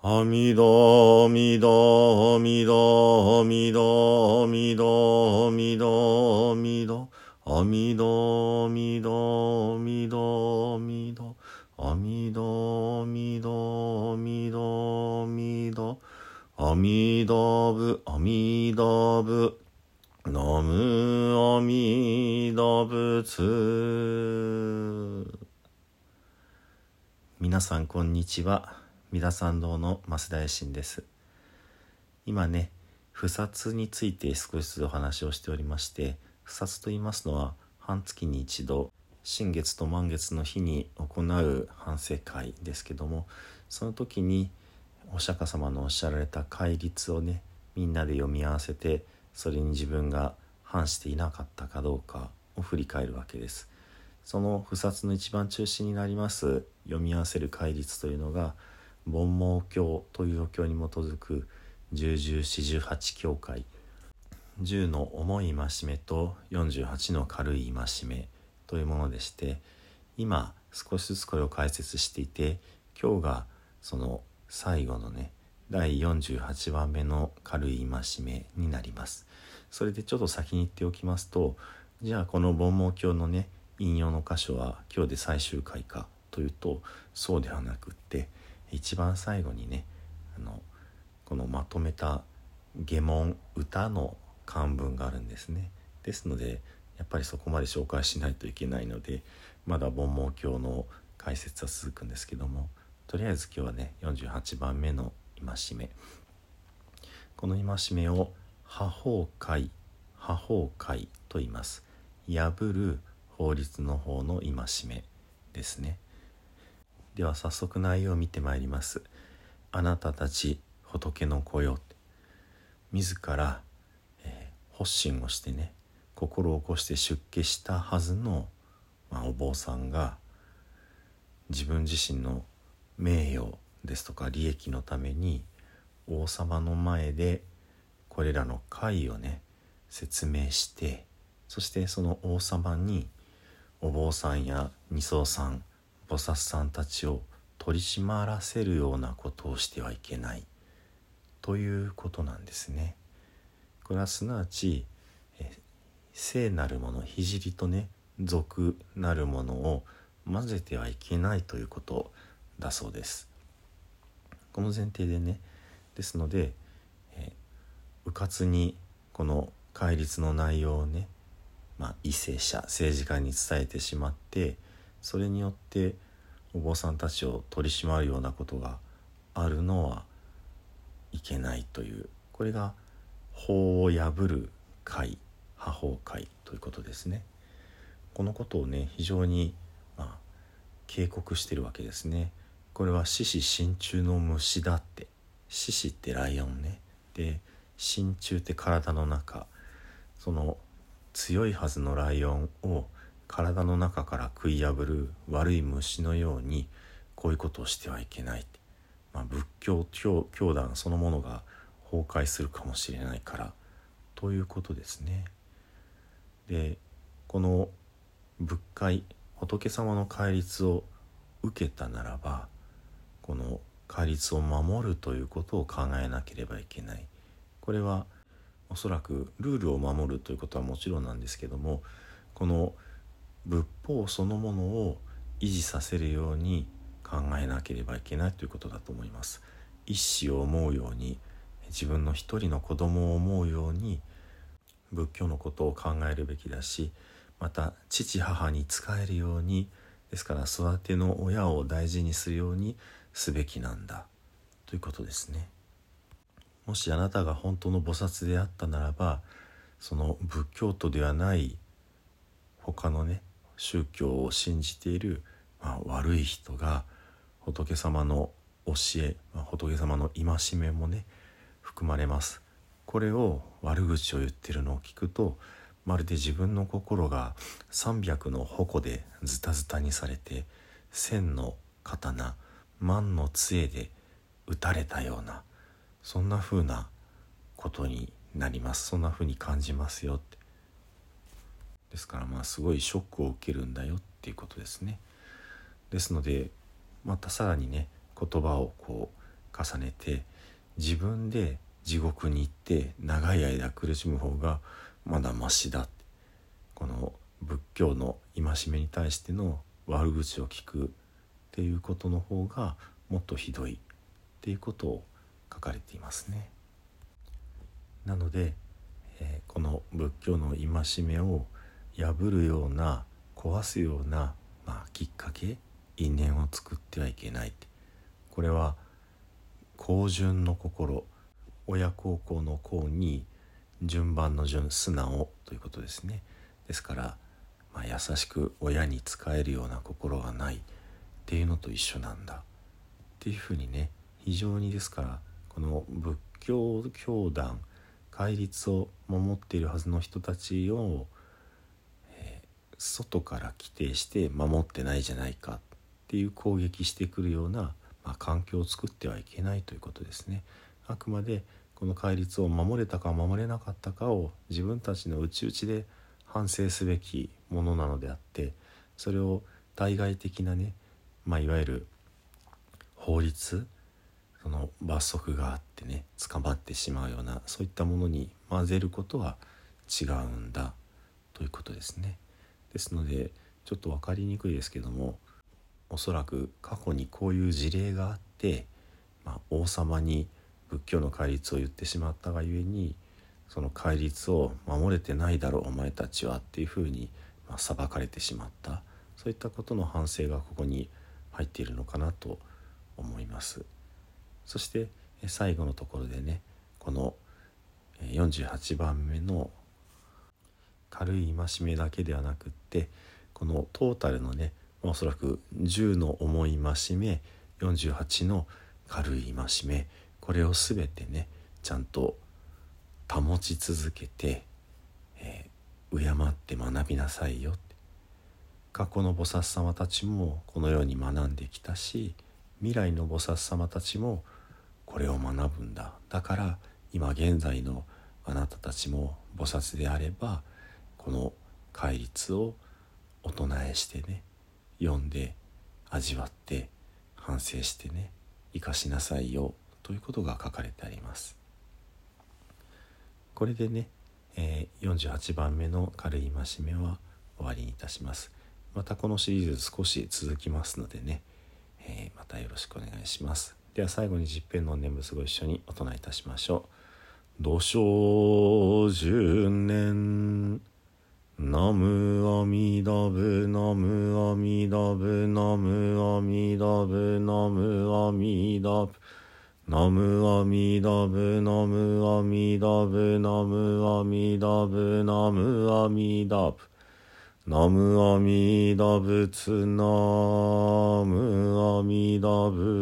阿弥陀弥陀弥陀弥陀弥陀弥陀弥陀阿弥陀弥陀弥陀弥陀阿弥陀弥陀弥陀弥陀阿弥陀仏阿弥陀仏南無阿弥陀仏。皆さんこんにちは。三田参道の増田衛進です。今ね、不殺について少しずつお話をしておりまして、不殺と言いますのは半月に一度新月と満月の日に行う反省会ですけども、その時にお釈迦様のおっしゃられた戒律をね、みんなで読み合わせて、それに自分が反していなかったかどうかを振り返るわけです。その不殺の一番中心になります読み合わせる戒律というのが、煩悩経というお経に基づく十十四十八教戒、10の重い戒めと48の軽い戒めというものでして、今少しずつこれを解説していて、今日がその最後のね、第48番目の軽い戒めになります。それでちょっと先に言っておきますと、じゃあこの煩悩経のね、引用の箇所は今日で最終回かというと、そうではなくって、一番最後にね、このまとめた下問歌の漢文があるんですね。ですのでやっぱりそこまで紹介しないといけないので、まだ煩悩経の解説は続くんですけども、とりあえず今日はね、48番目の戒め、この戒めを破法戒と言います。破る法律の方の戒めですね。では早速内容を見てまいります。あなたたち仏の子よ、自ら、発心をしてね、心を起こして出家したはずの、お坊さんが自分自身の名誉ですとか利益のために王様の前でこれらの戒をね説明して、そしてその王様にお坊さんや尼僧さん、菩薩さんたちを取り締まらせるようなことをしてはいけないということなんですね。これはすなわち聖なるもの、聖とね、俗なるものを混ぜてはいけないということだそうです。この前提でね、ですので、迂闊にこの戒律の内容をね、為政者、政治家に伝えてしまって、それによってお坊さんたちを取り締まるようなことがあるのはいけないという、これが法を破る戒、破法戒ということですね。このことをね、非常に、警告しているわけですね。これは獅子心中の虫だって。獅子ってライオンね。で、心中って体の中、その強いはずのライオンを体の中から食い破る悪い虫のように、こういうことをしてはいけないって、仏教教団そのものが崩壊するかもしれないからということですね。で、この仏戒、仏様の戒律を受けたならば、この戒律を守るということを考えなければいけない。これはおそらくルールを守るということはもちろんなんですけども、この仏法そのものを維持させるように考えなければいけないということだと思います。一子を思うように、自分の一人の子供を思うように仏教のことを考えるべきだし、また父母に仕えるように、ですから育ての親を大事にするようにすべきなんだということですね。もしあなたが本当の菩薩であったならば、その仏教徒ではない他のね、宗教を信じている、悪い人が仏様の教え、仏様の戒めもね含まれます。これを悪口を言ってるのを聞くと、まるで自分の心が300の矛でズタズタにされて、千の刀、万の杖で打たれたような、そんな風なことになります。そんな風に感じますよって。ですからすごいショックを受けるんだよっていうことですね。ですのでまたさらにね、言葉を重ねて自分で地獄に行って長い間苦しむ方がまだマシだ。この仏教の戒めに対しての悪口を聞くっていうことの方がもっとひどいっていうことを書かれていますね。なので、この仏教の戒めを破るような壊すような、きっかけ因縁を作ってはいけない。これは孝順の心、親孝行の孝に順番の順、素直ということですね。ですから、優しく親に仕えるような心がないっていうのと一緒なんだっていうふうにね、非常にですからこの仏教教団戒律を守っているはずの人たちを、外から規定して守ってないじゃないかっていう攻撃してくるような、環境を作ってはいけないということですね。あくまでこの戒律を守れたか守れなかったかを自分たちの内々で反省すべきものなのであって、それを対外的なね、いわゆる法律、その罰則があってね捕まってしまうようなそういったものに混ぜることは違うんだということですね。ですのでちょっと分かりにくいですけども、おそらく過去にこういう事例があって、王様に仏教の戒律を言ってしまったがゆえに、その戒律を守れてないだろうお前たちはっていうふうに、裁かれてしまった、そういったことの反省がここに入っているのかなと思います。そして最後のところでね、この48番目の軽い戒めだけではなくって、このトータルのね、おそらく10の重い戒め、48の軽い戒め、これを全てねちゃんと保ち続けて、敬って学びなさいよって。過去の菩薩様たちもこのように学んできたし、未来の菩薩様たちもこれを学ぶんだ。だから今現在のあなたたちも菩薩であれば、この戒律をお唱えしてね、読んで味わって反省してね、生かしなさいよということが書かれてあります。これでね、48番目の軽い戒めは終わりにいたします。またこのシリーズ少し続きますのでね、またよろしくお願いします。では最後に十遍の念仏ご一緒にお唱えいたしましょう。土生十年ナムアミダブナムアミダブナムアミダブナムアミダブナムアミダブナムアミダブナムアミダブナムアミダブナムアミダブツナムアミダブ